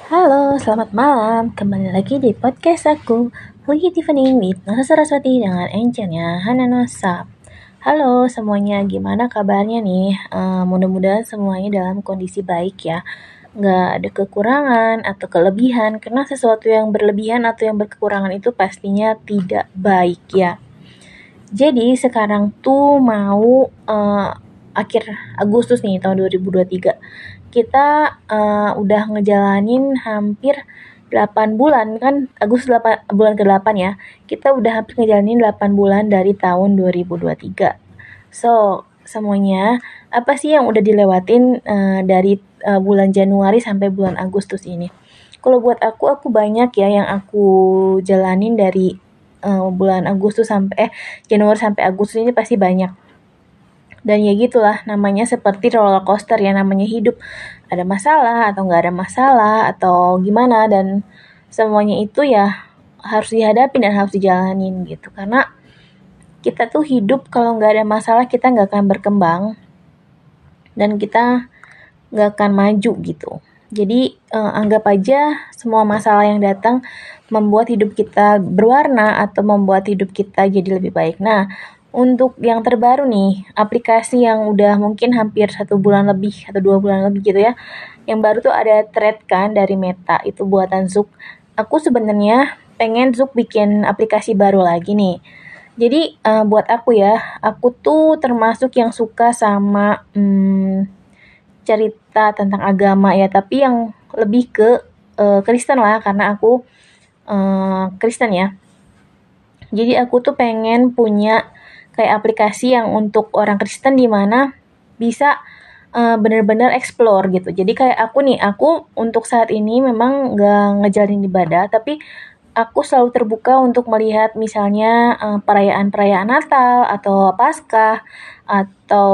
Halo, selamat malam. Kembali lagi di podcast aku, Weekly Evening with Nasa Saraswati dengan encernya Hanana Sap. Halo semuanya, gimana kabarnya nih? Mudah-mudahan semuanya dalam kondisi baik ya. Nggak ada kekurangan atau kelebihan, karena sesuatu yang berlebihan atau yang berkekurangan itu pastinya tidak baik ya. Jadi sekarang tuh mau akhir Agustus nih tahun 2023. Kita udah ngejalanin hampir 8 bulan kan, Agustus 8, bulan ke-8 ya. Kita udah hampir ngejalanin 8 bulan dari tahun 2023. So, semuanya apa sih yang udah dilewatin dari bulan Januari sampai bulan Agustus ini? Kalau buat aku banyak ya yang aku jalanin dari bulan Agustus sampai Januari sampai Agustus ini pasti banyak. Dan ya gitulah, namanya seperti roller coaster ya, namanya hidup. Ada masalah atau nggak ada masalah atau gimana, dan semuanya itu ya harus dihadapi dan harus dijalanin gitu. Karena kita tuh hidup, kalau nggak ada masalah kita nggak akan berkembang dan kita nggak akan maju gitu. Jadi anggap aja semua masalah yang datang membuat hidup kita berwarna atau membuat hidup kita jadi lebih baik. Nah, untuk yang terbaru nih, aplikasi yang udah mungkin hampir 1 bulan lebih atau 2 bulan lebih gitu ya, yang baru tuh ada Thread kan dari Meta, itu buatan Zuck. Aku sebenarnya pengen Zuck bikin aplikasi baru lagi nih. Jadi buat aku ya, aku tuh termasuk yang suka sama cerita tentang agama ya, tapi yang lebih ke Kristen lah, karena aku Kristen ya. Jadi aku tuh pengen punya kayak aplikasi yang untuk orang Kristen di mana bisa bener-bener explore gitu. Jadi kayak aku untuk saat ini memang nggak ngejalin ibadah, tapi aku selalu terbuka untuk melihat misalnya perayaan-perayaan Natal atau Paskah atau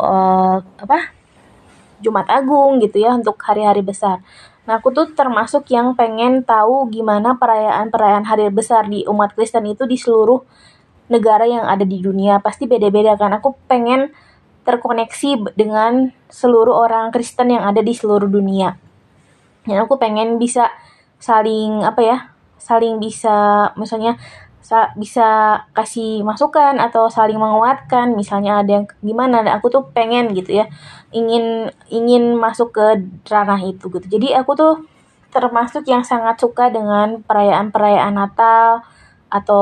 Jumat Agung gitu ya, untuk hari-hari besar. Nah, aku tuh termasuk yang pengen tahu gimana perayaan-perayaan hari besar di umat Kristen itu di seluruh negara yang ada di dunia. Pasti beda-beda kan. Aku pengen terkoneksi dengan seluruh orang Kristen yang ada di seluruh dunia. Dan aku pengen bisa saling saling bisa, misalnya bisa kasih masukan atau saling menguatkan, misalnya ada yang gimana, aku tuh pengen gitu ya, ingin masuk ke ranah itu gitu. Jadi aku tuh termasuk yang sangat suka dengan perayaan-perayaan Natal atau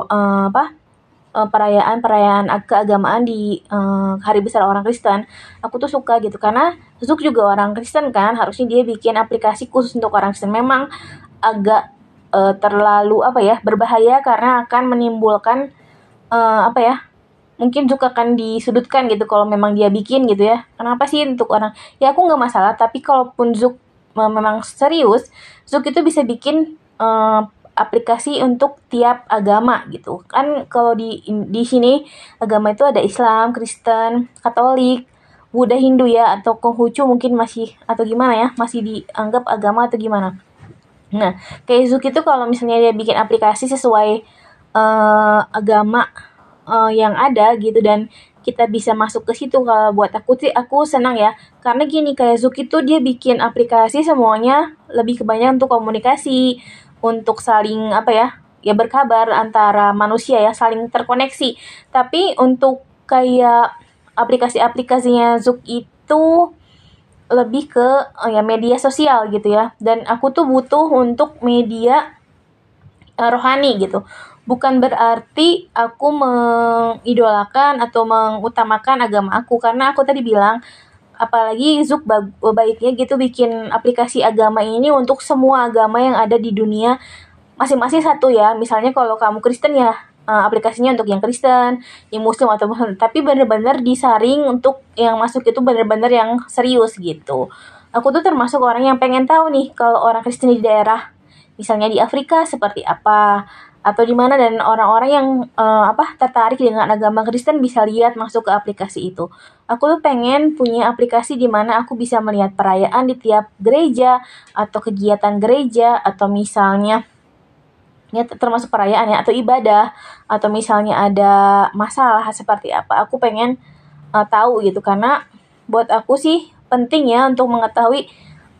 perayaan-perayaan keagamaan di hari besar orang Kristen. Aku tuh suka gitu karena Zuk juga orang Kristen kan, harusnya dia bikin aplikasi khusus untuk orang Kristen. Memang agak terlalu berbahaya karena akan menimbulkan mungkin Zuk akan disudutkan gitu kalau memang dia bikin gitu ya. Kenapa sih untuk orang, ya aku nggak masalah, tapi kalaupun Zuk memang serius, Zuk itu bisa bikin aplikasi untuk tiap agama gitu kan. Kalau di sini agama itu ada Islam, Kristen, Katolik, Buddha, Hindu ya, atau Konghucu mungkin masih, atau gimana ya, masih dianggap agama atau gimana. Nah, kayak Zuki itu kalau misalnya dia bikin aplikasi sesuai agama yang ada gitu, dan kita bisa masuk ke situ, kalau buat aku sih aku senang ya. Karena gini, kayak Zuki tuh dia bikin aplikasi semuanya lebih kebanyakan untuk komunikasi, untuk saling ya berkabar antara manusia ya, saling terkoneksi. Tapi untuk kayak aplikasi-aplikasinya Zuk itu lebih ke ya media sosial gitu ya, dan aku tuh butuh untuk media rohani gitu. Bukan berarti aku mengidolakan atau mengutamakan agama aku, karena aku tadi bilang apalagi Zuk baiknya gitu bikin aplikasi agama ini untuk semua agama yang ada di dunia, masing-masing satu ya. Misalnya kalau kamu Kristen ya aplikasinya untuk yang Kristen, yang Muslim atau Muslim, tapi bener-bener disaring untuk yang masuk itu bener-bener yang serius gitu. Aku tuh termasuk orang yang pengen tahu nih kalau orang Kristen di daerah, misalnya di Afrika seperti apa, atau di mana, dan orang-orang yang tertarik dengan agama Kristen bisa lihat masuk ke aplikasi itu. Aku tuh pengen punya aplikasi di mana aku bisa melihat perayaan di tiap gereja atau kegiatan gereja, atau misalnya ya termasuk perayaan ya, atau ibadah, atau misalnya ada masalah seperti apa, aku pengen tahu gitu. Karena buat aku sih penting ya untuk mengetahui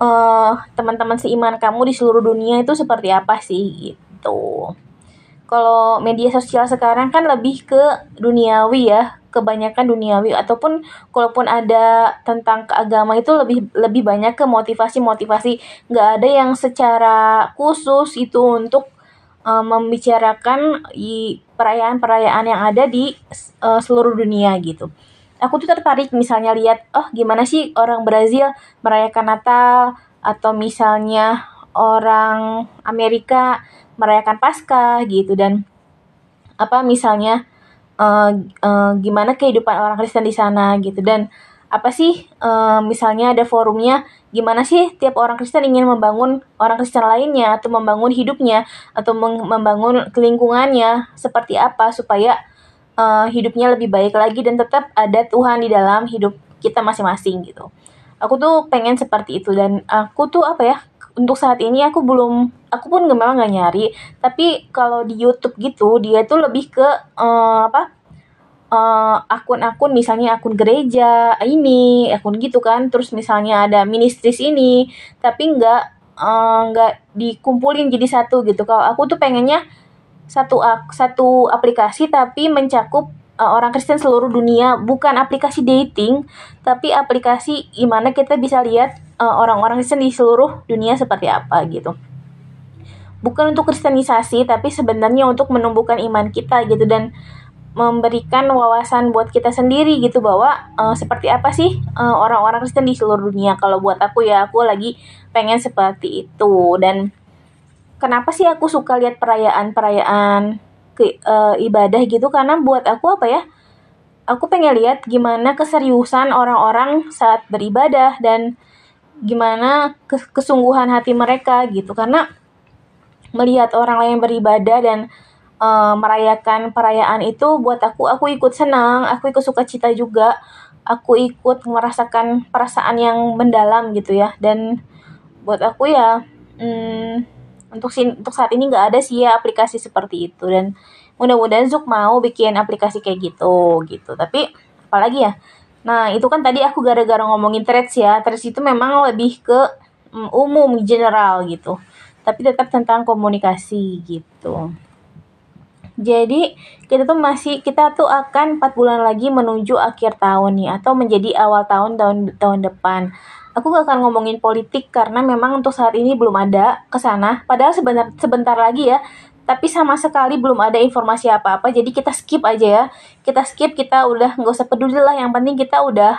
teman-teman seiman kamu di seluruh dunia itu seperti apa sih gitu. Kalau media sosial sekarang kan lebih ke duniawi ya, kebanyakan duniawi, ataupun kalaupun ada tentang keagama itu lebih lebih banyak ke motivasi-motivasi, nggak ada yang secara khusus itu untuk membicarakan perayaan-perayaan yang ada di seluruh dunia gitu. Aku tuh tertarik misalnya lihat, oh gimana sih orang Brazil merayakan Natal, atau misalnya orang Amerika merayakan Paskah gitu, dan apa misalnya gimana kehidupan orang Kristen di sana gitu, dan apa sih misalnya ada forumnya, gimana sih tiap orang Kristen ingin membangun orang Kristen lainnya, atau membangun hidupnya, atau membangun lingkungannya seperti apa supaya hidupnya lebih baik lagi dan tetap ada Tuhan di dalam hidup kita masing-masing gitu. Aku tuh pengen seperti itu, dan aku tuh apa ya, untuk saat ini aku pun memang nggak nyari, tapi kalau di YouTube gitu dia tuh lebih ke akun-akun, misalnya akun gereja ini, akun gitu kan, terus misalnya ada ministris ini, tapi nggak dikumpulin jadi satu gitu. Kalau aku tuh pengennya satu aplikasi tapi mencakup orang Kristen seluruh dunia, bukan aplikasi dating, tapi aplikasi gimana kita bisa lihat orang-orang Kristen di seluruh dunia seperti apa gitu. Bukan untuk kristenisasi, tapi sebenarnya untuk menumbuhkan iman kita gitu, dan memberikan wawasan buat kita sendiri gitu, bahwa seperti apa sih orang-orang Kristen di seluruh dunia. Kalau buat aku ya, aku lagi pengen seperti itu. Dan kenapa sih aku suka lihat perayaan-perayaan ibadah gitu, karena buat aku apa ya, aku pengen lihat gimana keseriusan orang-orang saat beribadah, dan gimana kesungguhan hati mereka gitu. Karena melihat orang lain beribadah dan merayakan perayaan itu, buat aku ikut senang, aku ikut sukacita juga, aku ikut merasakan perasaan yang mendalam gitu ya. Dan buat aku ya, untuk saat ini nggak ada sih ya aplikasi seperti itu, dan mudah-mudahan Zook mau bikin aplikasi kayak gitu. Tapi apalagi ya, nah itu kan tadi aku gara-gara ngomongin Threads ya. Threads itu memang lebih ke umum, general gitu, tapi tetap tentang komunikasi gitu. Jadi kita tuh akan 4 bulan lagi menuju akhir tahun nih, atau menjadi awal tahun depan. Aku gak akan ngomongin politik karena memang untuk saat ini belum ada kesana. Padahal sebentar lagi ya, tapi sama sekali belum ada informasi apa-apa. Jadi kita skip aja ya. Kita udah nggak usah peduli lah. Yang penting kita udah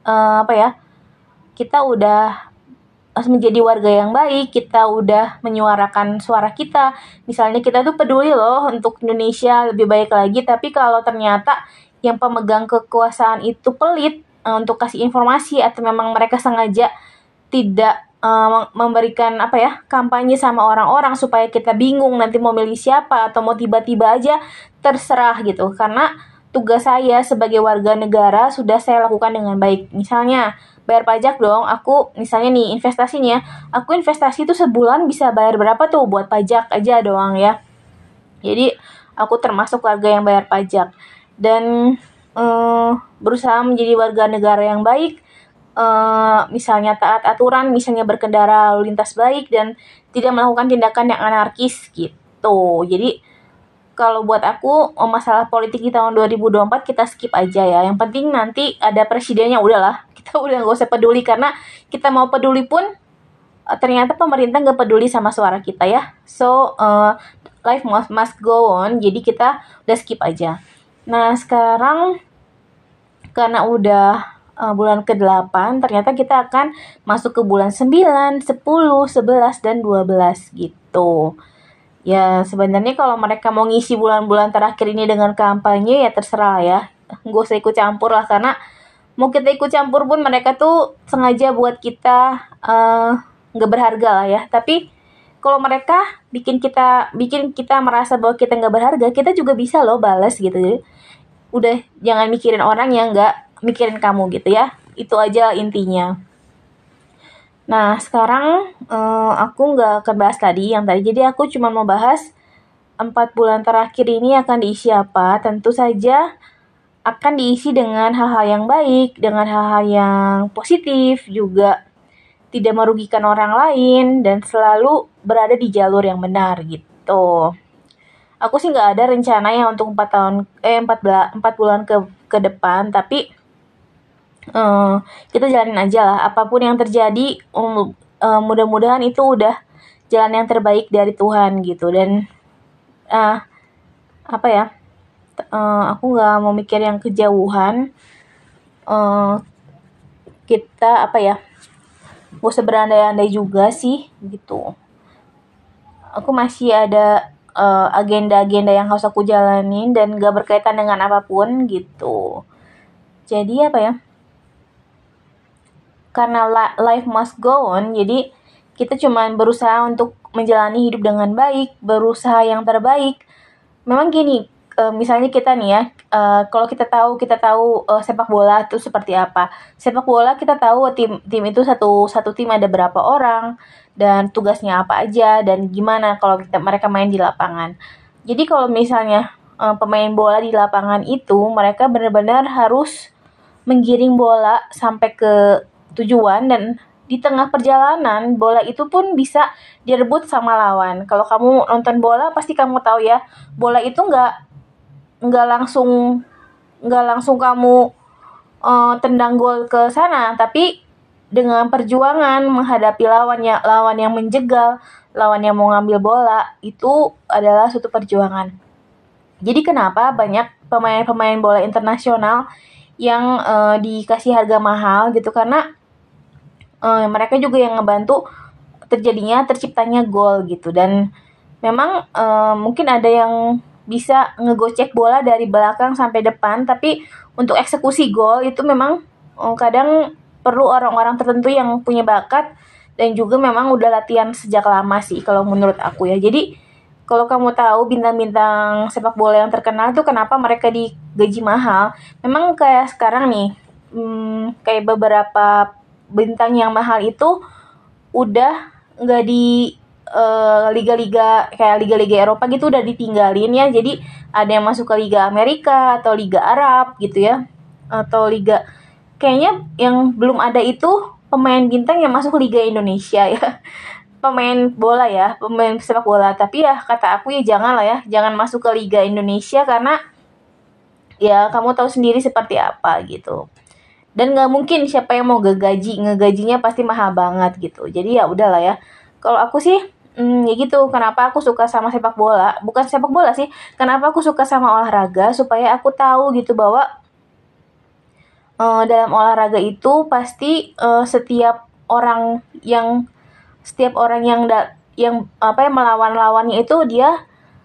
kita udah menjadi warga yang baik, kita udah menyuarakan suara kita. Misalnya kita tuh peduli loh untuk Indonesia lebih baik lagi, tapi kalau ternyata yang pemegang kekuasaan itu pelit untuk kasih informasi, atau memang mereka sengaja tidak memberikan kampanye sama orang-orang supaya kita bingung nanti mau milih siapa, atau mau tiba-tiba aja terserah gitu. Karena tugas saya sebagai warga negara sudah saya lakukan dengan baik. Misalnya bayar pajak dong, aku misalnya nih investasinya, aku investasi tuh sebulan bisa bayar berapa tuh buat pajak aja doang ya. Jadi aku termasuk warga yang bayar pajak, dan berusaha menjadi warga negara yang baik, misalnya taat aturan, misalnya berkendara lalu lintas baik, dan tidak melakukan tindakan yang anarkis gitu. Jadi kalau buat aku masalah politik di tahun 2024 kita skip aja ya. Yang penting nanti ada presidennya, udahlah. Kita udah gak usah peduli, karena kita mau peduli pun ternyata pemerintah gak peduli sama suara kita ya. So life must go on. Jadi kita udah skip aja. Nah sekarang karena udah bulan ke-8, ternyata kita akan masuk ke bulan 9, 10, 11, dan 12 gitu. Ya sebenarnya kalau mereka mau ngisi bulan-bulan terakhir ini dengan kampanye ya terserah ya. Gak usah ikut campur lah, karena mau kita ikut campur pun mereka tuh sengaja buat kita gak berharga lah ya. Tapi kalau mereka bikin kita merasa bahwa kita gak berharga, kita juga bisa loh balas gitu. Jadi, udah jangan mikirin orang yang gak mikirin kamu gitu ya. Itu aja intinya. Nah, sekarang aku nggak akan bahas yang tadi. Jadi aku cuma mau bahas 4 bulan terakhir ini akan diisi apa. Tentu saja akan diisi dengan hal-hal yang baik, dengan hal-hal yang positif juga. tidak merugikan orang lain, dan selalu berada di jalur yang benar gitu. Aku sih nggak ada rencana ya untuk 4 bulan ke depan, tapi kita jalanin aja lah. Apapun yang terjadi, mudah-mudahan itu udah jalan yang terbaik dari Tuhan gitu. Dan apa ya? Aku nggak mau mikir yang kejauhan. Kita apa ya? Gak usah berandai-andai juga sih gitu. Aku masih ada agenda-agenda yang harus aku jalanin dan gak berkaitan dengan apapun gitu. Jadi apa ya? Karena life must go on, jadi kita cuma berusaha untuk menjalani hidup dengan baik, berusaha yang terbaik. Memang gini, misalnya kita nih ya, kalau kita tahu sepak bola itu seperti apa. Sepak bola kita tahu tim itu satu tim ada berapa orang dan tugasnya apa aja dan gimana kalau mereka main di lapangan. Jadi kalau misalnya pemain bola di lapangan itu mereka benar-benar harus menggiring bola sampai ke tujuan, dan di tengah perjalanan bola itu pun bisa direbut sama lawan. Kalau kamu nonton bola pasti kamu tahu ya, bola itu nggak langsung kamu tendang gol ke sana, tapi dengan perjuangan menghadapi lawan yang menjegal, lawan yang mau ngambil bola, itu adalah suatu perjuangan. Jadi kenapa banyak pemain-pemain bola internasional yang dikasih harga mahal gitu, karena mereka juga yang ngebantu terciptanya gol gitu. Dan memang mungkin ada yang bisa ngegocek bola dari belakang sampai depan, tapi untuk eksekusi gol itu memang kadang perlu orang-orang tertentu yang punya bakat dan juga memang udah latihan sejak lama sih kalau menurut aku ya. Jadi kalau kamu tahu bintang-bintang sepak bola yang terkenal tuh kenapa mereka digaji mahal, memang kayak sekarang nih, kayak beberapa bintang yang mahal itu udah nggak di liga-liga kayak liga-liga Eropa gitu, udah ditinggalin ya. Jadi ada yang masuk ke Liga Amerika atau Liga Arab gitu ya, atau liga kayaknya yang belum ada itu pemain bintang yang masuk Liga Indonesia ya. Pemain sepak bola. Tapi ya kata aku ya jangan lah ya, jangan masuk ke Liga Indonesia karena ya kamu tahu sendiri seperti apa gitu. Dan nggak mungkin siapa yang mau ngegajinya pasti mahal banget gitu. Jadi ya udahlah ya. Kalau aku sih ya gitu. Kenapa aku suka sama sepak bola? Bukan sepak bola sih. Kenapa aku suka sama olahraga? Supaya aku tahu gitu bahwa dalam olahraga itu pasti setiap orang yang melawan lawannya itu dia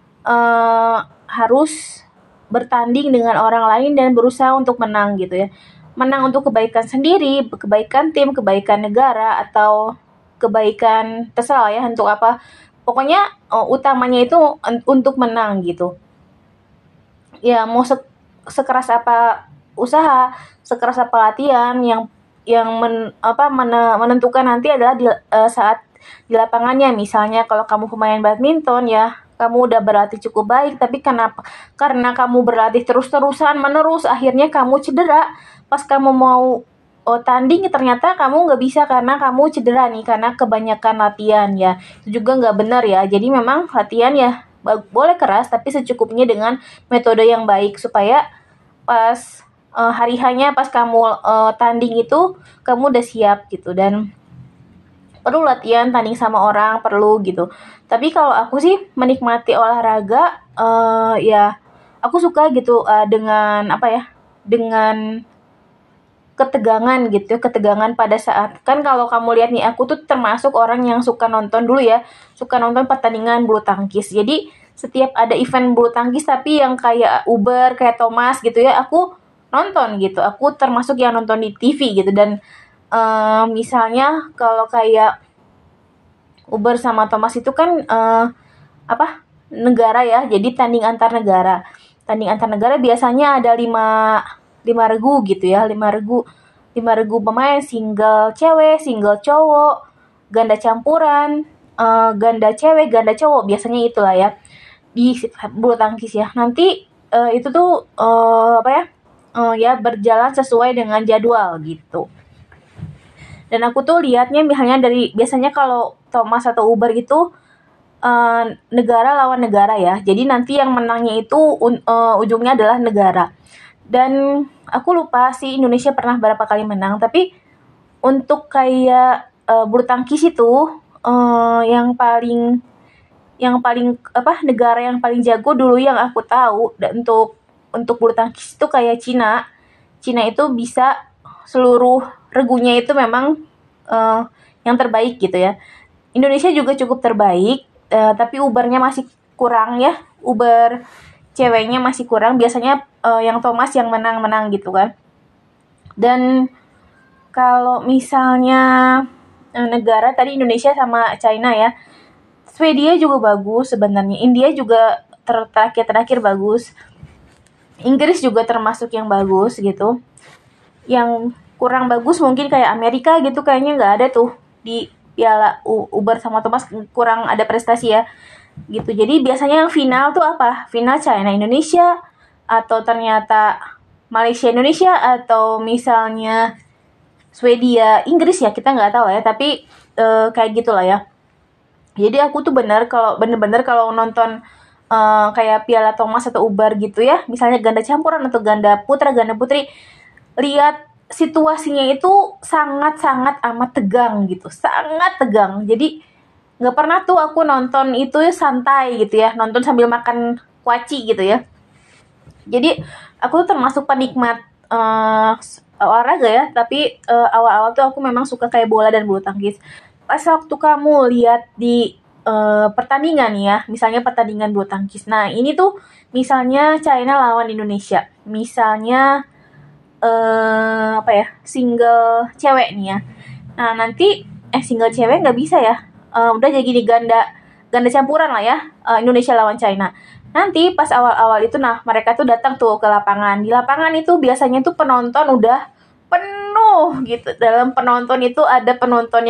harus bertanding dengan orang lain dan berusaha untuk menang gitu ya. Menang untuk kebaikan sendiri, kebaikan tim, kebaikan negara, atau kebaikan terserah ya untuk apa. Pokoknya utamanya itu untuk menang gitu. Ya mau sekeras apa usaha, sekeras apa latihan, yang menentukan nanti adalah saat di lapangannya. Misalnya kalau kamu pemain badminton ya, kamu udah berlatih cukup baik, tapi karena kamu berlatih terus-terusan menerus, akhirnya kamu cedera. Pas kamu mau tanding ternyata kamu nggak bisa karena kamu cedera nih, karena kebanyakan latihan ya. Itu juga nggak benar ya. Jadi memang latihan ya boleh keras, tapi secukupnya dengan metode yang baik supaya pas hari hanya pas kamu tanding itu kamu udah siap gitu. Dan perlu latihan tanding sama orang, perlu gitu. Tapi kalau aku sih menikmati olahraga ya aku suka gitu dengan dengan ketegangan gitu, ketegangan pada saat, kan kalau kamu lihat nih, aku tuh termasuk orang yang suka nonton pertandingan bulu tangkis. Jadi setiap ada event bulu tangkis tapi yang kayak Uber, kayak Thomas gitu ya, aku nonton gitu. Aku termasuk yang nonton di TV gitu. Dan misalnya kalau kayak Uber sama Thomas itu kan negara ya, jadi tanding antar negara. Tanding antar negara biasanya ada 5 regu gitu ya, 5 regu pemain, single cewek, single cowok, ganda campuran, ganda cewek, ganda cowok, biasanya itulah ya di bulu tangkis ya. Nanti itu tuh ya berjalan sesuai dengan jadwal gitu. Dan aku tuh lihatnya misalnya dari biasanya kalau Thomas atau Uber itu negara lawan negara ya. Jadi nanti yang menangnya itu ujungnya adalah negara. Dan aku lupa sih Indonesia pernah berapa kali menang, tapi untuk kayak bulu tangkis itu yang paling negara yang paling jago dulu yang aku tahu dan untuk bulu tangkis itu kayak Cina. Cina itu bisa seluruh regunya itu memang yang terbaik gitu ya. Indonesia juga cukup terbaik, tapi Ubernya masih kurang ya. Uber ceweknya masih kurang. Biasanya yang Thomas yang menang-menang gitu kan. Dan kalau misalnya negara tadi Indonesia sama China ya. Swedia juga bagus sebenarnya. India juga terakhir bagus. Inggris juga termasuk yang bagus gitu. Yang kurang bagus mungkin kayak Amerika gitu, kayaknya nggak ada tuh di Piala Uber sama Thomas, kurang ada prestasi ya gitu. Jadi biasanya yang final tuh apa? Final China Indonesia, atau ternyata Malaysia Indonesia, atau misalnya Swedia Inggris ya, kita nggak tahu ya, tapi kayak gitulah ya. Jadi aku tuh bener-bener kalau nonton kayak Piala Thomas atau Uber gitu ya, misalnya ganda campuran atau ganda putra ganda putri, lihat situasinya itu sangat-sangat amat tegang gitu, sangat tegang. Jadi nggak pernah tuh aku nonton itu santai gitu ya, nonton sambil makan kuaci gitu ya. Jadi aku tuh termasuk penikmat olahraga ya, tapi awal-awal tuh aku memang suka kayak bola dan bulu tangkis. Pas waktu kamu lihat di pertandingan ya, misalnya pertandingan bulu tangkis. Nah ini tuh misalnya China lawan Indonesia, misalnya single cewek nih ya. Nah nanti single cewek nggak bisa ya, udah jadi gini, ganda campuran lah ya, Indonesia lawan China. Nanti pas awal-awal itu, nah mereka tuh datang tuh ke lapangan. Di lapangan itu biasanya tuh penonton udah penuh gitu. Dalam penonton itu ada penonton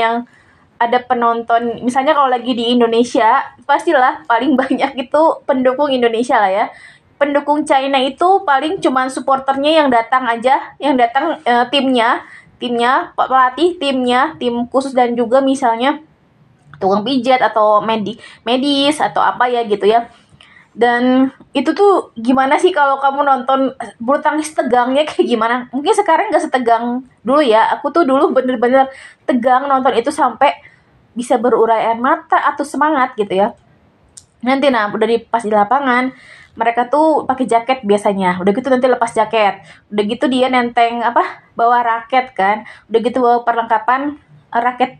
misalnya kalau lagi di Indonesia pastilah paling banyak itu pendukung Indonesia lah ya. Pendukung China itu paling cuman supporternya yang datang aja, yang datang timnya, pelatih timnya, tim khusus, dan juga misalnya tukang pijat atau medis atau apa ya gitu ya. Dan itu tuh gimana sih kalau kamu nonton bulu tangkis, tegangnya kayak gimana? Mungkin sekarang gak setegang dulu ya. Aku tuh dulu bener-bener tegang nonton itu sampai bisa berurai air mata atau semangat gitu ya. Nanti udah pas di lapangan, mereka tuh pakai jaket biasanya. Udah gitu nanti lepas jaket. Udah gitu dia nenteng bawa raket kan. Udah gitu bawa perlengkapan raket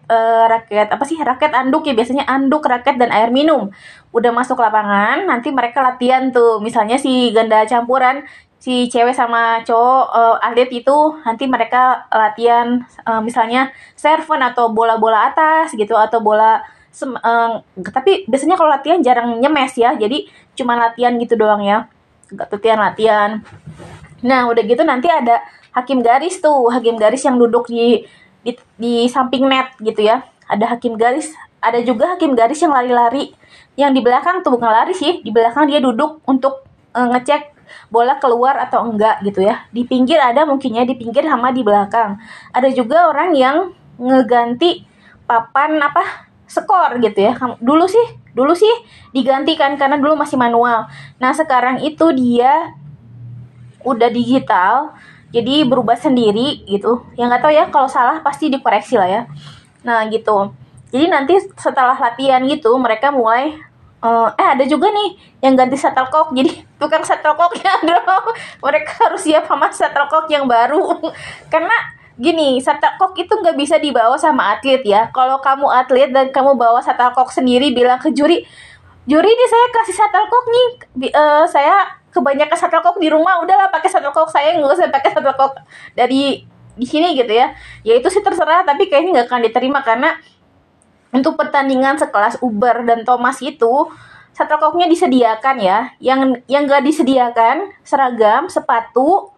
anduk ya, biasanya anduk, raket, dan air minum. Udah masuk lapangan, nanti mereka latihan tuh. Misalnya si ganda campuran, si cewek sama cowok atlet itu nanti mereka latihan misalnya serven atau bola-bola atas gitu, atau bola tapi biasanya kalau latihan jarang nyemes ya, jadi cuma latihan gitu doang ya, nggak latihan. Nah udah gitu nanti ada hakim garis yang duduk di samping net gitu ya, ada hakim garis. Ada juga hakim garis yang lari-lari, yang di belakang tuh bukan lari sih, di belakang dia duduk untuk ngecek bola keluar atau enggak gitu ya. Di pinggir ada mungkinnya, di pinggir sama di belakang. Ada juga orang yang ngeganti papan skor gitu ya. Dulu sih digantikan karena dulu masih manual. Nah sekarang itu dia udah digital, jadi berubah sendiri gitu. Yang nggak tahu ya, kalau salah pasti dikoreksi lah ya. Nah gitu. Jadi nanti setelah latihan gitu mereka mulai ada juga nih yang ganti shuttlecock. Jadi tukang shuttlecocknya mereka harus siap sama shuttlecock yang baru. Karena gini, shuttlecock itu nggak bisa dibawa sama atlet ya. Kalau kamu atlet dan kamu bawa shuttlecock sendiri, bilang ke juri ini saya kasih shuttlecock nih, saya kebanyakan shuttlecock di rumah, udahlah pakai shuttlecock saya, nggak usah pakai shuttlecock dari di sini gitu ya. Ya itu sih terserah, tapi kayaknya nggak akan diterima karena untuk pertandingan sekelas Uber dan Thomas itu shuttlecocknya disediakan ya. Yang nggak disediakan seragam, sepatu,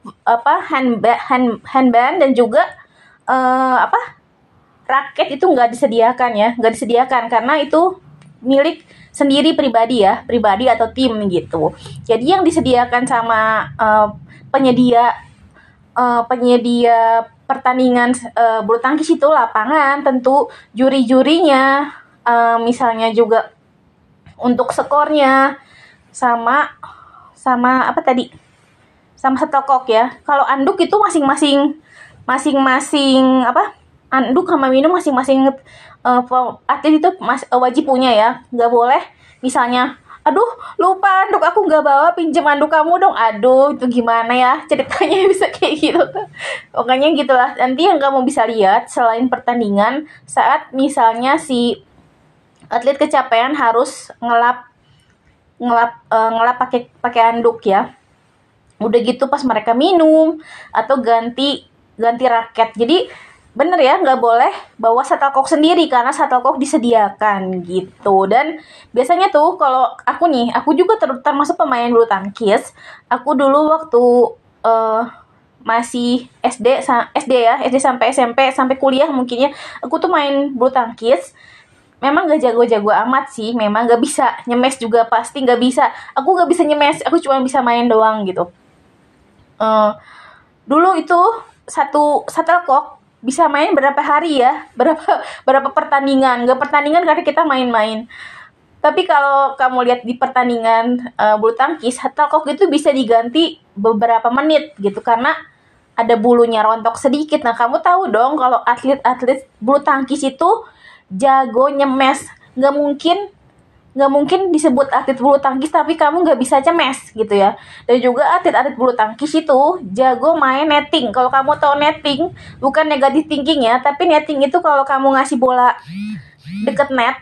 handband, dan juga raket itu nggak disediakan karena itu milik sendiri, pribadi atau tim gitu. Jadi yang disediakan sama penyedia pertandingan bulu tangkis itu lapangan, tentu juri-jurinya, misalnya juga untuk skornya, sama sama apa tadi, sama shuttlecock ya. Kalau anduk itu masing-masing apa, anduk sama minum masing-masing atlet itu wajib punya ya. Nggak boleh misalnya, aduh lupa anduk aku nggak bawa, pinjem anduk kamu dong. Aduh, itu gimana ya ceritanya bisa kayak gitu. Pokoknya gitulah. Nanti yang kamu bisa lihat selain pertandingan, saat misalnya si atlet kecapean harus ngelap pakai anduk ya. Udah gitu pas mereka minum atau ganti raket. Jadi bener ya, nggak boleh bawa shuttlecock sendiri karena shuttlecock disediakan gitu. Dan biasanya tuh kalau aku juga termasuk pemain bulu tangkis. Aku dulu waktu masih SD ya, SD sampai SMP sampai kuliah mungkin ya, aku tuh main bulu tangkis. Memang gak jago-jago amat sih, memang gak bisa nyemes juga, pasti gak bisa. Aku gak bisa nyemes, aku cuma bisa main doang gitu. Dulu itu satu shuttlecock bisa main berapa hari ya, berapa pertandingan. Gak pertandingan karena kita main-main. Tapi kalau kamu lihat di pertandingan bulu tangkis, shuttlecock itu bisa diganti beberapa menit gitu karena ada bulunya rontok sedikit. Nah, kamu tahu dong kalau atlet-atlet bulu tangkis itu jago nyemes. Nggak mungkin disebut atlet bulu tangkis tapi kamu nggak bisa cemes gitu ya. Dan juga atlet-atlet bulu tangkis itu jago main netting. Kalau kamu tahu netting, bukan negative thinking ya, tapi netting itu kalau kamu ngasih bola deket net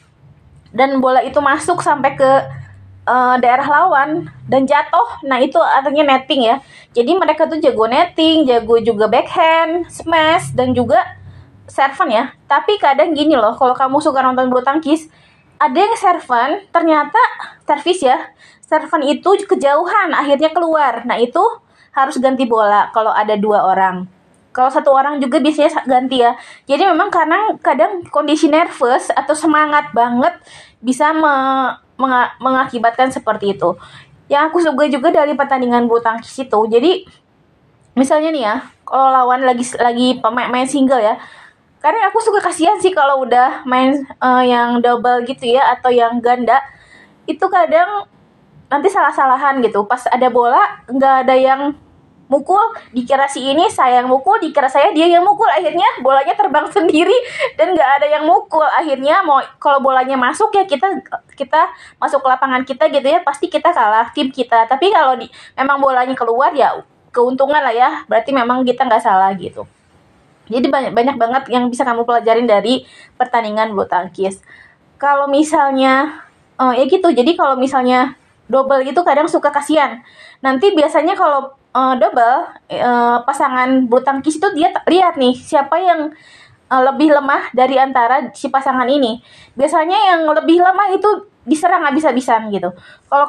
dan bola itu masuk sampai ke daerah lawan dan jatuh, nah itu artinya netting ya. Jadi mereka tuh jago netting, jago juga backhand, smash, dan juga serven ya. Tapi kadang gini loh, kalau kamu suka nonton bulu tangkis, ada yang serven ternyata servis ya, serven itu kejauhan akhirnya keluar. Nah itu harus ganti bola kalau ada 2 orang. Kalau 1 orang juga biasanya ganti ya. Jadi memang kadang kondisi nervous atau semangat banget bisa mengakibatkan seperti itu. Yang aku suka juga dari pertandingan bulu tangkis itu, jadi misalnya nih ya, kalau lawan lagi main single ya, kadang aku suka kasihan sih kalau udah main yang double gitu ya atau yang ganda, itu kadang nanti salah-salahan gitu. Pas ada bola nggak ada yang mukul, dikira si ini saya yang mukul, dikira saya dia yang mukul, akhirnya bolanya terbang sendiri dan nggak ada yang mukul. Akhirnya kalau bolanya masuk ya kita masuk ke lapangan kita gitu ya, pasti kita kalah tim kita. Tapi kalau memang bolanya keluar ya keuntungan lah ya, berarti memang kita nggak salah gitu. Jadi banyak banget yang bisa kamu pelajarin dari pertandingan bulu tangkis. Kalau misalnya ya gitu, jadi kalau misalnya double gitu kadang suka kasihan. Nanti biasanya kalau double pasangan bulu tangkis itu dia lihat nih siapa yang lebih lemah dari antara si pasangan ini. Biasanya yang lebih lemah itu diserang habis-habisan gitu. Kalau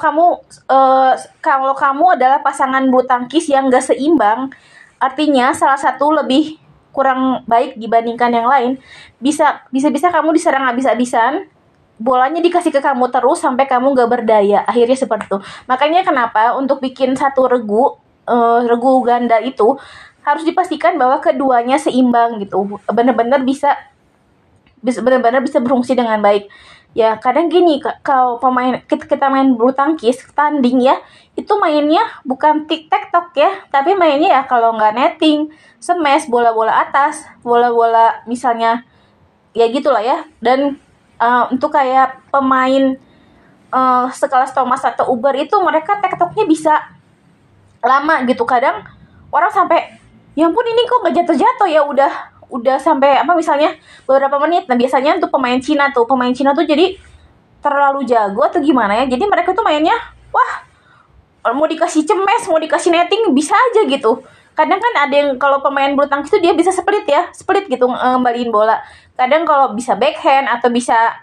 kamu adalah pasangan bulu tangkis yang gak seimbang, artinya salah satu lebih kurang baik dibandingkan yang lain, bisa kamu diserang habis-habisan, bolanya dikasih ke kamu terus sampai kamu gak berdaya. Akhirnya seperti itu. Makanya kenapa untuk bikin satu regu ganda itu harus dipastikan bahwa keduanya seimbang gitu, benar-benar bisa berfungsi dengan baik. Ya kadang gini, kalau kita main bulu tangkis tanding ya, itu mainnya bukan tic tac tok ya, tapi mainnya ya kalau nggak netting, smash, bola-bola atas, bola-bola misalnya ya gitulah ya. Dan untuk kayak pemain sekelas Thomas atau Uber itu mereka tektoknya bisa lama gitu. Kadang orang sampai, ya ampun ini kok gak jatuh-jatuh ya, udah sampai misalnya beberapa menit. Nah biasanya untuk pemain Cina tuh jadi terlalu jago atau gimana ya, jadi mereka tuh mainnya wah, mau dikasih cemes, mau dikasih netting bisa aja gitu. Kadang kan ada yang kalau pemain bulu tangkis tuh dia bisa split gitu ngembaliin bola. Kadang kalau bisa backhand atau bisa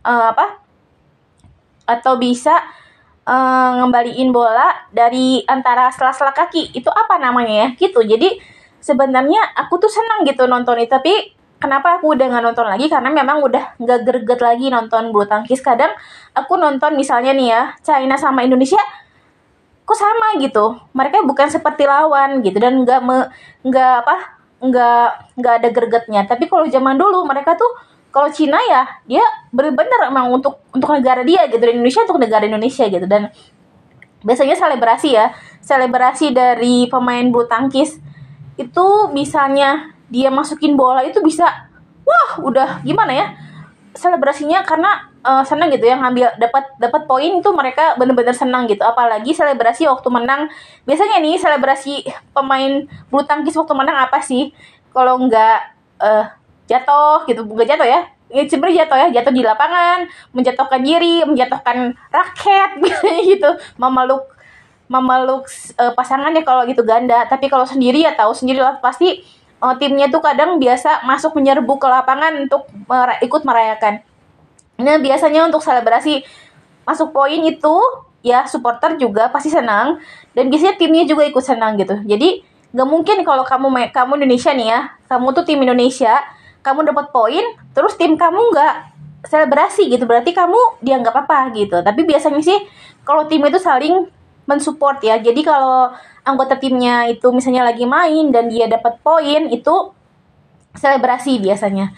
ngembaliin bola dari antara sela-sela kaki, itu apa namanya ya gitu. Jadi sebenarnya aku tuh senang gitu nonton itu, tapi kenapa aku udah nggak nonton lagi, karena memang udah nggak greget lagi nonton bulu tangkis. Kadang aku nonton misalnya nih ya, China sama Indonesia kok sama gitu, mereka bukan seperti lawan gitu, dan nggak nggak ada gregetnya. Tapi kalau zaman dulu mereka tuh, kalau Cina ya dia benar-benar emang untuk negara dia gitu, dan Indonesia untuk negara Indonesia gitu. Dan biasanya selebrasi dari pemain bulu tangkis itu, misalnya dia masukin bola itu bisa, wah udah gimana ya selebrasinya, karena senang gitu ya, ngambil dapat poin itu, mereka benar-benar senang gitu. Apalagi selebrasi waktu menang. Biasanya nih selebrasi pemain bulu tangkis waktu menang apa sih? Kalau nggak jatuh gitu, nggak jatuh ya. Ya sebenarnya jatuh di lapangan, menjatuhkan diri, menjatuhkan raket gitu, memeluk pasangannya kalau gitu ganda. Tapi kalau sendiri ya tahu sendiri lah, pasti timnya tuh kadang biasa masuk menyerbu ke lapangan untuk ikut merayakan. Nah biasanya untuk selebrasi masuk poin itu ya supporter juga pasti senang, dan biasanya timnya juga ikut senang gitu. Jadi nggak mungkin kalau kamu Indonesia nih ya, kamu tuh tim Indonesia, kamu dapat poin terus tim kamu nggak selebrasi gitu, berarti kamu dianggap apa gitu. Tapi biasanya sih kalau tim itu saling mensupport ya. Jadi kalau anggota timnya itu misalnya lagi main dan dia dapat poin, itu selebrasi biasanya.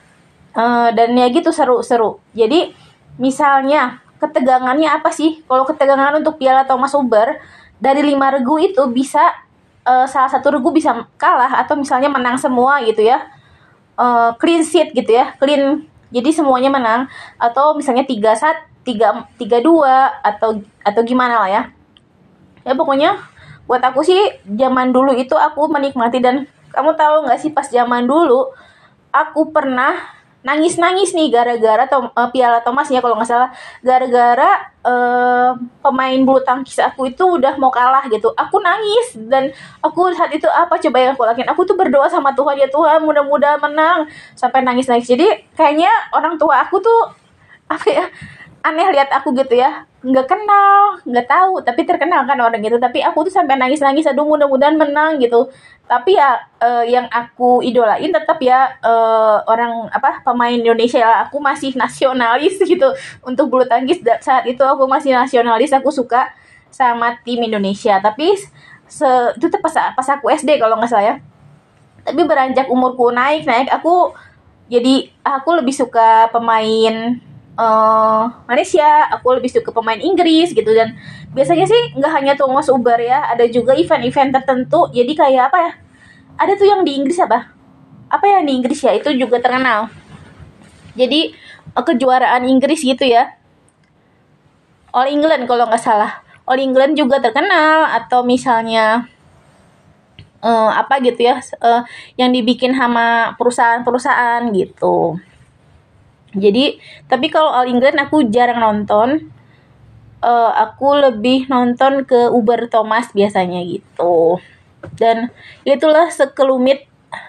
Dan ya gitu, seru-seru. Jadi misalnya ketegangannya apa sih? Kalau ketegangan untuk Piala Thomas Uber, dari 5 regu itu bisa salah satu regu bisa kalah, atau misalnya menang semua gitu ya. Clean sheet gitu ya, clean. Jadi semuanya menang, atau misalnya 3-1, 3-2 atau gimana lah ya. Ya pokoknya buat aku sih zaman dulu itu aku menikmati. Dan kamu tahu nggak sih, pas zaman dulu aku pernah nangis nih gara-gara Piala Thomas ya kalau nggak salah, gara-gara pemain bulu tangkis aku itu udah mau kalah gitu. Aku nangis, dan aku saat itu apa coba yang aku lakuin, aku tuh berdoa sama Tuhan, ya Tuhan mudah-mudahan menang, sampai nangis-nangis. Jadi kayaknya orang tua aku tuh apa ya, aneh lihat aku gitu ya, nggak kenal, nggak tahu, tapi terkenal kan orang gitu. Tapi aku tuh sampai nangis-nangis, aduh mudah-mudahan menang gitu. Tapi ya yang aku idolain tetap ya orang pemain Indonesia lah. Aku masih nasionalis gitu untuk bulu tangkis. Saat itu aku masih nasionalis, aku suka sama tim Indonesia. Tapi itu tuh pas aku SD kalau nggak salah ya. Tapi beranjak umurku naik, aku lebih suka pemain Malaysia, aku lebih suka pemain Inggris gitu. Dan biasanya sih nggak hanya Thomas Uber ya, ada juga event-event tertentu. Jadi kayak apa ya, ada tuh yang di Inggris apa yang di Inggris ya, itu juga terkenal. Jadi kejuaraan Inggris gitu ya, All England kalau nggak salah, All England juga terkenal. Atau misalnya apa gitu ya, yang dibikin sama perusahaan-perusahaan gitu. Jadi, tapi kalau All England aku jarang nonton. Aku lebih nonton ke Uber Thomas biasanya gitu. Dan itulah sekelumit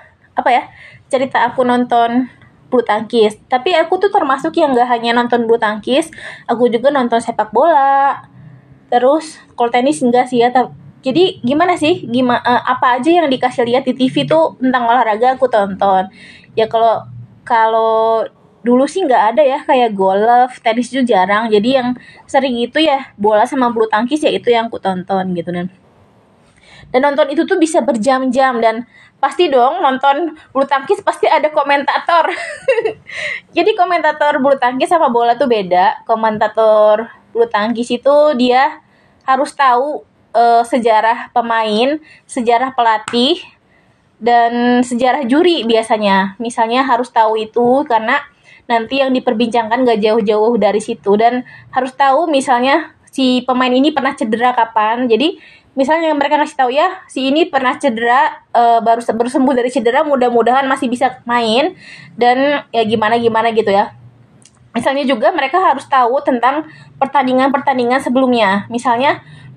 cerita aku nonton bulu tangkis. Tapi aku tuh termasuk yang gak hanya nonton bulu tangkis, aku juga nonton sepak bola. Terus kalau tenis enggak sih ya. Jadi gimana sih? Apa aja yang dikasih lihat di TV tuh tentang olahraga aku tonton. Ya kalau dulu sih nggak ada ya, kayak golf, tenis itu jarang. Jadi yang sering itu ya bola sama bulu tangkis, ya itu yang aku tonton gitu. Dan nonton itu tuh bisa berjam-jam. Dan pasti dong nonton bulu tangkis pasti ada komentator. Jadi komentator bulu tangkis sama bola tuh beda. Komentator bulu tangkis itu dia harus tahu sejarah pemain, sejarah pelatih, dan sejarah juri biasanya. Misalnya harus tahu itu karena nanti yang diperbincangkan gak jauh-jauh dari situ. Dan harus tahu misalnya si pemain ini pernah cedera kapan. Jadi misalnya mereka ngasih tahu ya, si ini pernah cedera, baru sembuh dari cedera, mudah-mudahan masih bisa main. Dan ya gimana gitu ya. Misalnya juga mereka harus tahu tentang pertandingan-pertandingan sebelumnya. Misalnya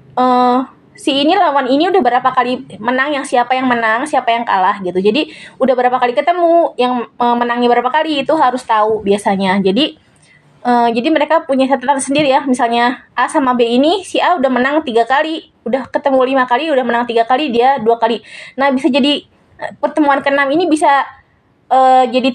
si ini lawan ini udah berapa kali menang, yang siapa yang menang, siapa yang kalah gitu. Jadi udah berapa kali ketemu, yang menangnya berapa kali, itu harus tahu biasanya. Jadi mereka punya catatan sendiri ya. Misalnya A sama B ini, si A udah menang 3 kali, udah ketemu 5 kali, udah menang 3 kali, dia 2 kali. Nah bisa jadi pertemuan ke-6 ini bisa jadi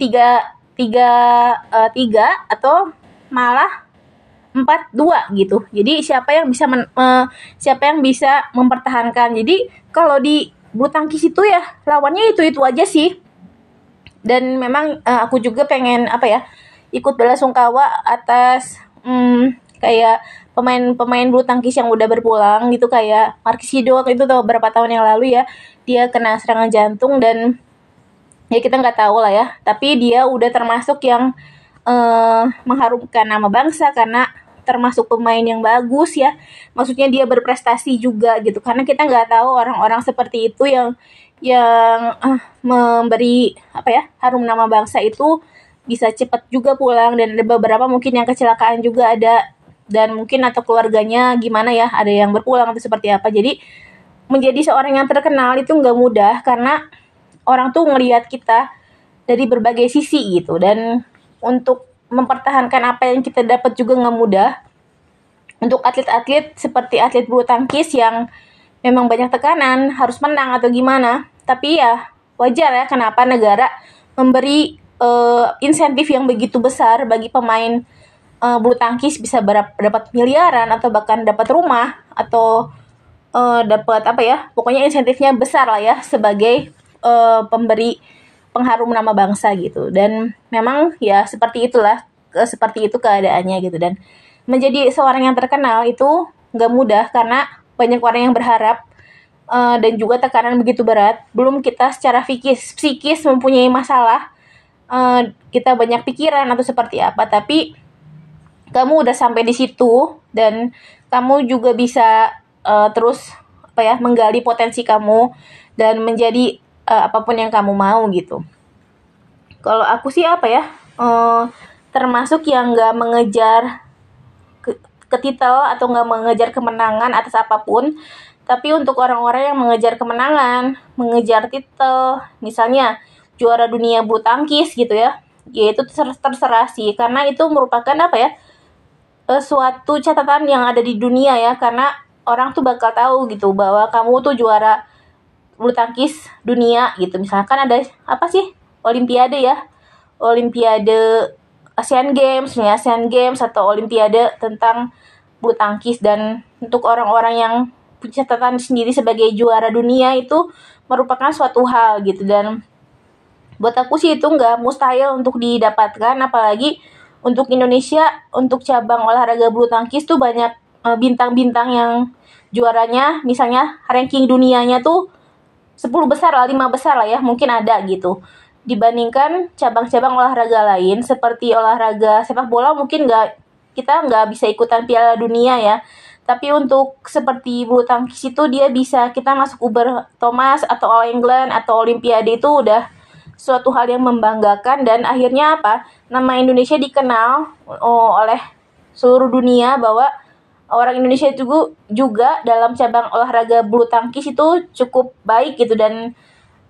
3 atau malah 4-2 gitu. Jadi siapa yang bisa mempertahankan. Jadi kalau di bulu tangkis itu ya lawannya itu aja sih. Dan memang aku juga pengen ikut belasungkawa atas kayak pemain bulu tangkis yang udah berpulang gitu, kayak Marquisito itu beberapa tahun yang lalu ya, dia kena serangan jantung dan ya kita nggak tahu lah ya, tapi dia udah termasuk yang mengharumkan nama bangsa karena termasuk pemain yang bagus ya, maksudnya dia berprestasi juga gitu, karena kita nggak tahu orang-orang seperti itu yang memberi harum nama bangsa itu bisa cepat juga pulang, dan ada beberapa mungkin yang kecelakaan juga ada, dan mungkin atau keluarganya gimana ya, ada yang berpulang atau seperti apa. Jadi menjadi seorang yang terkenal itu nggak mudah karena orang tuh ngelihat kita dari berbagai sisi gitu, dan untuk mempertahankan apa yang kita dapat juga nggak mudah. Untuk atlet-atlet seperti atlet bulu tangkis yang memang banyak tekanan, harus menang atau gimana, tapi ya wajar ya kenapa negara memberi insentif yang begitu besar bagi pemain bulu tangkis, bisa dapat miliaran atau bahkan dapat rumah atau dapat pokoknya insentifnya besar lah ya sebagai pemberi pengharum nama bangsa gitu. Dan memang ya seperti itu keadaannya gitu. Dan menjadi seorang yang terkenal itu nggak mudah karena banyak orang yang berharap, dan juga tekanan begitu berat. Belum kita secara psikis mempunyai masalah, kita banyak pikiran atau seperti apa, tapi kamu udah sampai di situ dan kamu juga bisa terus menggali potensi kamu dan menjadi apapun yang kamu mau gitu. Kalau aku sih termasuk yang nggak mengejar ke titel atau nggak mengejar kemenangan atas apapun, tapi untuk orang-orang yang mengejar kemenangan, mengejar titel, misalnya juara dunia bulu tangkis gitu ya itu terserah sih, karena itu merupakan suatu catatan yang ada di dunia ya, karena orang tuh bakal tahu gitu bahwa kamu tuh juara bulu tangkis dunia gitu. Misalkan ada olimpiade Asian Games atau olimpiade tentang bulu tangkis, dan untuk orang-orang yang punya catatan sendiri sebagai juara dunia itu merupakan suatu hal gitu. Dan buat aku sih itu nggak mustahil untuk didapatkan, apalagi untuk Indonesia, untuk cabang olahraga bulu tangkis tuh banyak bintang-bintang yang juaranya, misalnya ranking dunianya tuh 10 besar lah, 5 besar lah ya, mungkin ada gitu. Dibandingkan cabang-cabang olahraga lain seperti olahraga sepak bola, mungkin kita nggak bisa ikutan Piala Dunia ya. Tapi untuk seperti bulu tangkis itu dia bisa, kita masuk Uber Thomas atau All England atau Olimpiade, itu udah suatu hal yang membanggakan, dan akhirnya nama Indonesia dikenal oleh seluruh dunia bahwa orang Indonesia juga dalam cabang olahraga bulu tangkis itu cukup baik gitu, dan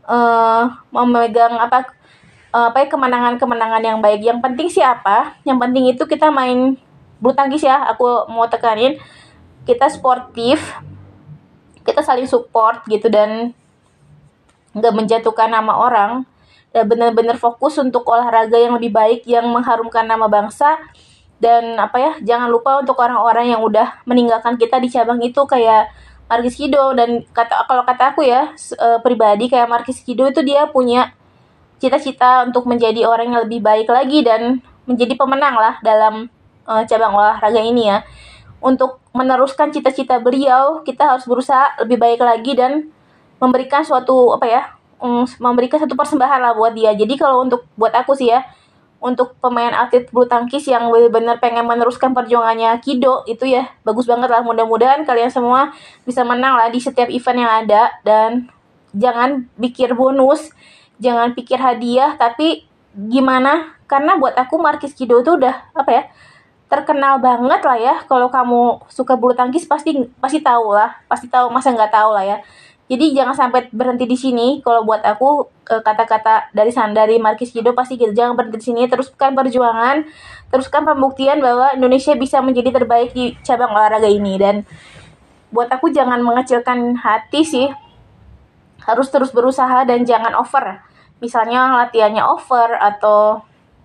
memegang kemenangan-kemenangan yang baik. Yang penting sih yang penting itu kita main bulu tangkis ya, aku mau tekanin, kita sportif, kita saling support gitu, dan nggak menjatuhkan nama orang, dan benar-benar fokus untuk olahraga yang lebih baik yang mengharumkan nama bangsa. Dan jangan lupa untuk orang-orang yang udah meninggalkan kita di cabang itu, kayak Marquisito. Dan kalau kata aku ya pribadi, kayak Marquisito itu dia punya cita-cita untuk menjadi orang yang lebih baik lagi dan menjadi pemenang lah dalam cabang olahraga ini ya. Untuk meneruskan cita-cita beliau, kita harus berusaha lebih baik lagi dan memberikan memberikan satu persembahan lah buat dia. Jadi kalau buat aku sih ya, untuk pemain atlet bulu tangkis yang benar-benar pengen meneruskan perjuangannya Kido itu ya, bagus banget lah. Mudah-mudahan kalian semua bisa menang lah di setiap event yang ada, dan jangan pikir bonus, jangan pikir hadiah, tapi gimana, karena buat aku Marquis Kido itu udah terkenal banget lah ya. Kalau kamu suka bulu tangkis pasti tahu, masa nggak tahu lah ya. Jadi jangan sampai berhenti di sini. Kalau buat aku kata-kata dari Marquisito pasti gitu, jangan berhenti di sini, teruskan perjuangan, teruskan pembuktian bahwa Indonesia bisa menjadi terbaik di cabang olahraga ini. Dan buat aku jangan mengecilkan hati sih, harus terus berusaha dan jangan over. Misalnya latihannya over atau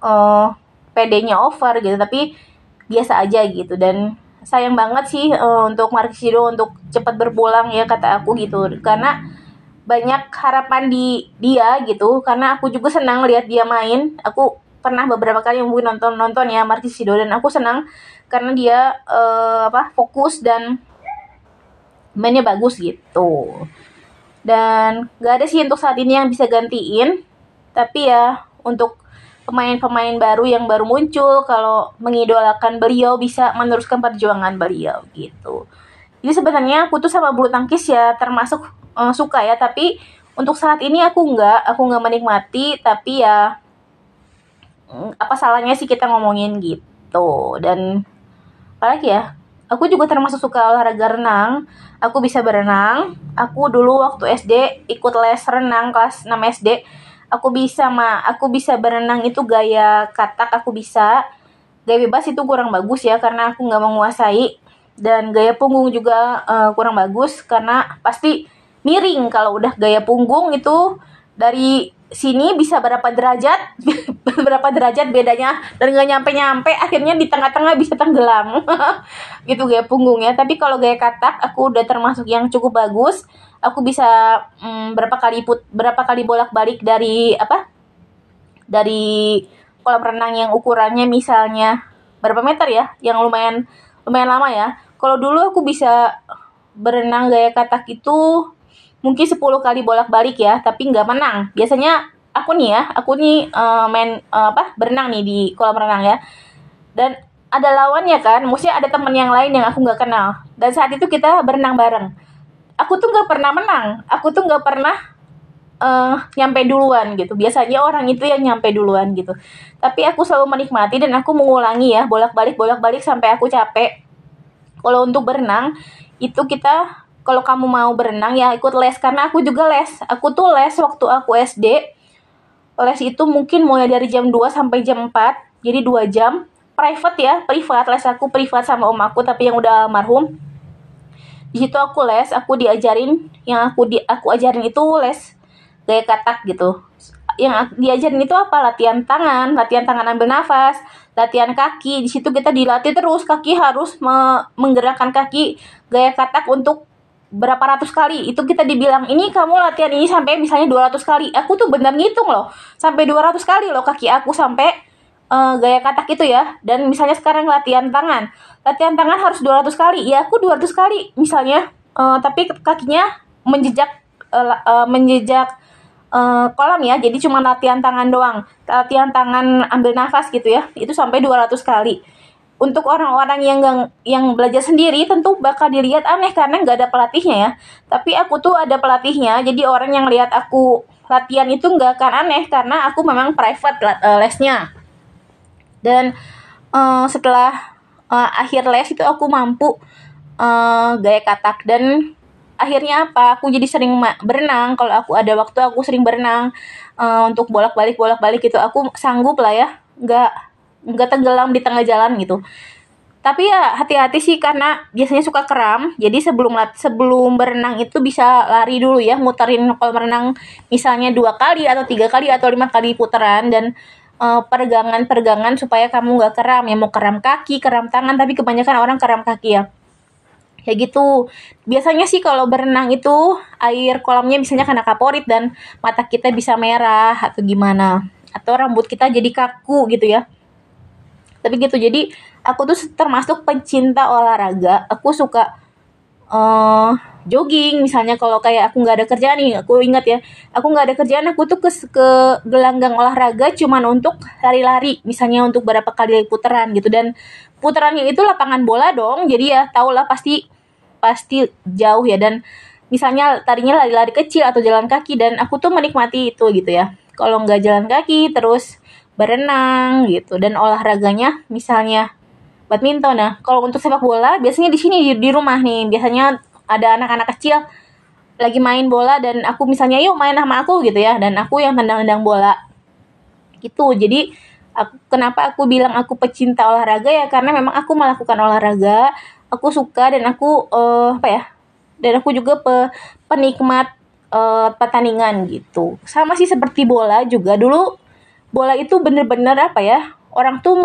PD-nya over gitu, tapi biasa aja gitu. Dan sayang banget sih untuk Marquisito untuk cepat berpulang ya, kata aku gitu, karena banyak harapan di dia gitu, karena aku juga senang lihat dia main. Aku pernah beberapa kali mungkin nonton ya Marchisio, dan aku senang karena dia fokus dan mainnya bagus gitu. Dan gak ada sih untuk saat ini yang bisa gantiin, tapi ya untuk pemain-pemain baru yang baru muncul, kalau mengidolakan beliau bisa meneruskan perjuangan beliau gitu. Jadi sebenarnya aku tuh sama bulu tangkis ya termasuk suka ya, tapi untuk saat ini aku nggak menikmati, tapi ya apa salahnya sih kita ngomongin gitu. Dan apalagi ya, aku juga termasuk suka olahraga renang. Aku bisa berenang. Aku dulu waktu SD ikut les renang kelas 6 SD. Aku bisa berenang itu gaya katak aku bisa. Gaya bebas itu kurang bagus ya karena aku nggak menguasai. Dan gaya punggung juga kurang bagus karena pasti miring kalau udah gaya punggung itu. Dari sini bisa berapa derajat berapa derajat bedanya, dan nggak nyampe akhirnya di tengah-tengah bisa tenggelam gitu gaya punggungnya. Tapi kalau gaya katak aku udah termasuk yang cukup bagus. Aku bisa berapa kali bolak-balik dari kolam renang yang ukurannya misalnya berapa meter ya, yang lumayan lama ya. Kalau dulu aku bisa berenang gaya katak itu mungkin 10 kali bolak-balik ya, tapi nggak menang. Biasanya aku nih berenang nih di kolam renang ya. Dan ada lawannya kan, maksudnya ada teman yang lain yang aku nggak kenal. Dan saat itu kita berenang bareng. Aku tuh nggak pernah menang. Aku tuh nggak pernah nyampe duluan gitu. Biasanya orang itu yang nyampe duluan gitu. Tapi aku selalu menikmati dan aku mengulangi ya, bolak-balik sampai aku capek. Kalau untuk berenang itu kalau kamu mau berenang ya ikut les, karena aku juga les. Aku tuh les waktu aku SD. Les itu mungkin mulai dari jam 2 sampai jam 4. Jadi 2 jam. Privat. Les aku privat sama om aku tapi yang udah almarhum. Di situ aku les, aku diajarin, yang aku ajarin itu les gaya katak gitu. Yang diajarin itu apa? Latihan tangan ambil nafas, latihan kaki. Di situ kita dilatih terus, kaki harus menggerakkan kaki gaya katak untuk berapa ratus kali. Itu kita dibilang, ini kamu latihan ini sampai misalnya 200 kali. Aku tuh benar ngitung loh, sampai 200 kali loh kaki aku sampai gaya katak itu ya. Dan misalnya sekarang latihan tangan harus 200 kali. Ya aku 200 kali misalnya, tapi kakinya menjejak kolam ya, jadi cuma latihan tangan doang, latihan tangan ambil nafas gitu ya, itu sampai 200 kali. Untuk orang-orang yang belajar sendiri tentu bakal dilihat aneh karena nggak ada pelatihnya ya, tapi aku tuh ada pelatihnya, jadi orang yang lihat aku latihan itu nggak akan aneh karena aku memang private lesnya. Dan setelah akhir les itu aku mampu gaya katak, dan akhirnya aku jadi sering berenang. Kalau aku ada waktu aku sering berenang untuk bolak-balik gitu. Aku sanggup lah ya, nggak tenggelam di tengah jalan gitu. Tapi ya hati-hati sih karena biasanya suka kram. Jadi sebelum berenang itu bisa lari dulu ya, muterin kolam renang misalnya 2 kali atau 3 kali atau 5 kali putaran, dan peregangan supaya kamu nggak kram. Ya mau kram kaki, kram tangan, tapi kebanyakan orang kram kaki ya. Ya gitu. Biasanya sih kalau berenang itu air kolamnya misalnya kena kaporit dan mata kita bisa merah atau gimana. Atau rambut kita jadi kaku gitu ya. Tapi gitu. Jadi aku tuh termasuk pencinta olahraga. Aku suka jogging misalnya. Kalau kayak aku nggak ada kerjaan nih, aku ingat ya, aku nggak ada kerjaan, aku tuh ke gelanggang olahraga cuman untuk lari-lari, misalnya untuk berapa kali putaran gitu. Dan putarannya itu lapangan bola dong, jadi ya tau lah pasti jauh ya. Dan misalnya tadinya lari-lari kecil atau jalan kaki, dan aku tuh menikmati itu gitu ya. Kalau nggak jalan kaki terus berenang gitu, dan olahraganya misalnya badminton. Nah kalau untuk sepak bola biasanya di sini di rumah nih, biasanya ada anak-anak kecil lagi main bola, dan aku misalnya yuk main sama aku gitu ya, dan aku yang tendang-tendang bola gitu. Jadi kenapa aku bilang aku pecinta olahraga ya, karena memang aku melakukan olahraga, aku suka, dan aku dan aku juga penikmat pertandingan gitu. Sama sih seperti bola juga, dulu bola itu bener-bener orang tuh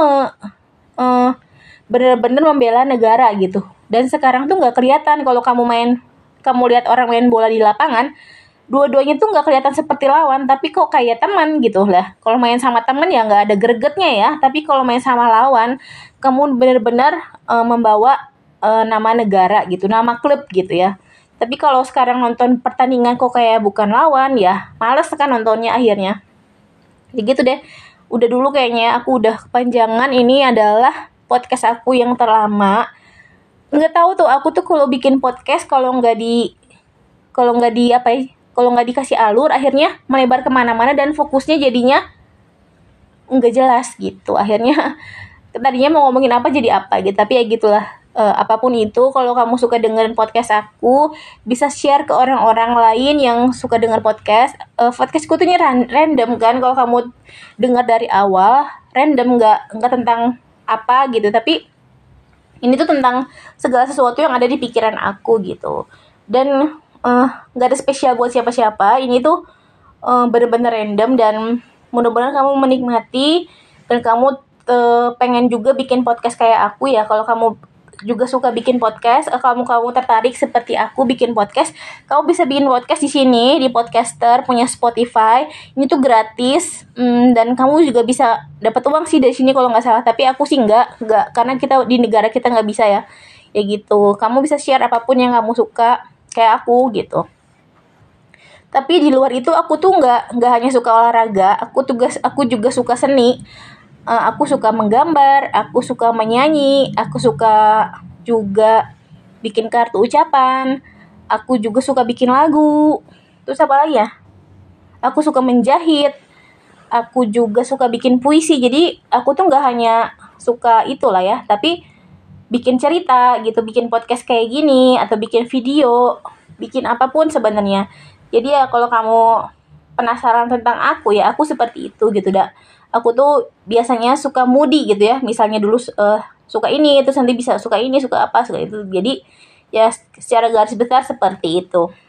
bener-bener membela negara gitu. Dan sekarang tuh nggak kelihatan. Kalau kamu lihat orang main bola di lapangan, dua-duanya tuh nggak kelihatan seperti lawan, tapi kok kayak teman gitu lah. Kalau main sama teman ya nggak ada gregetnya ya, tapi kalau main sama lawan, kamu benar-benar membawa nama negara gitu, nama klub gitu ya. Tapi kalau sekarang nonton pertandingan kok kayak bukan lawan ya, males kan nontonnya akhirnya. Jadi gitu deh. Udah dulu kayaknya aku udah kepanjangan. Ini adalah podcast aku yang terlama. Nggak tahu tuh aku tuh kalau bikin podcast kalau nggak di apa ya, kalau nggak dikasih alur akhirnya melebar kemana-mana dan fokusnya jadinya nggak jelas gitu. Akhirnya tadinya mau ngomongin apa jadi apa gitu, tapi ya gitulah. Apapun itu, kalau kamu suka dengerin podcast aku, bisa share ke orang-orang lain yang suka denger podcast. Podcastku tuh ini random kan, kalau kamu dengar dari awal random, nggak tentang apa gitu, tapi ini tuh tentang segala sesuatu yang ada di pikiran aku gitu. Dan nggak ada spesial buat siapa-siapa. Ini tuh bener-bener random, dan mudah-mudahan kamu menikmati dan kamu pengen juga bikin podcast kayak aku ya. Kalau kamu juga suka bikin podcast, kamu tertarik seperti aku bikin podcast, kamu bisa bikin podcast di sini, di Podcaster punya Spotify. Ini tuh gratis, dan kamu juga bisa dapat uang sih dari sini kalau nggak salah. Tapi aku sih nggak karena kita di negara kita nggak bisa ya. Ya gitu. Kamu bisa share apapun yang kamu suka kayak aku gitu. Tapi di luar itu aku tuh nggak hanya suka olahraga, aku juga suka seni. Aku suka menggambar, aku suka menyanyi, aku suka juga bikin kartu ucapan, aku juga suka bikin lagu. Terus apa lagi ya? Aku suka menjahit, aku juga suka bikin puisi. Jadi aku tuh nggak hanya suka itulah ya, tapi bikin cerita gitu, bikin podcast kayak gini, atau bikin video, bikin apapun sebenarnya. Jadi ya kalau kamu penasaran tentang aku ya, aku seperti itu gitu dah. Aku tuh biasanya suka moody gitu ya. Misalnya dulu suka ini, terus nanti bisa suka ini, suka apa, suka itu. Jadi ya secara garis besar seperti itu.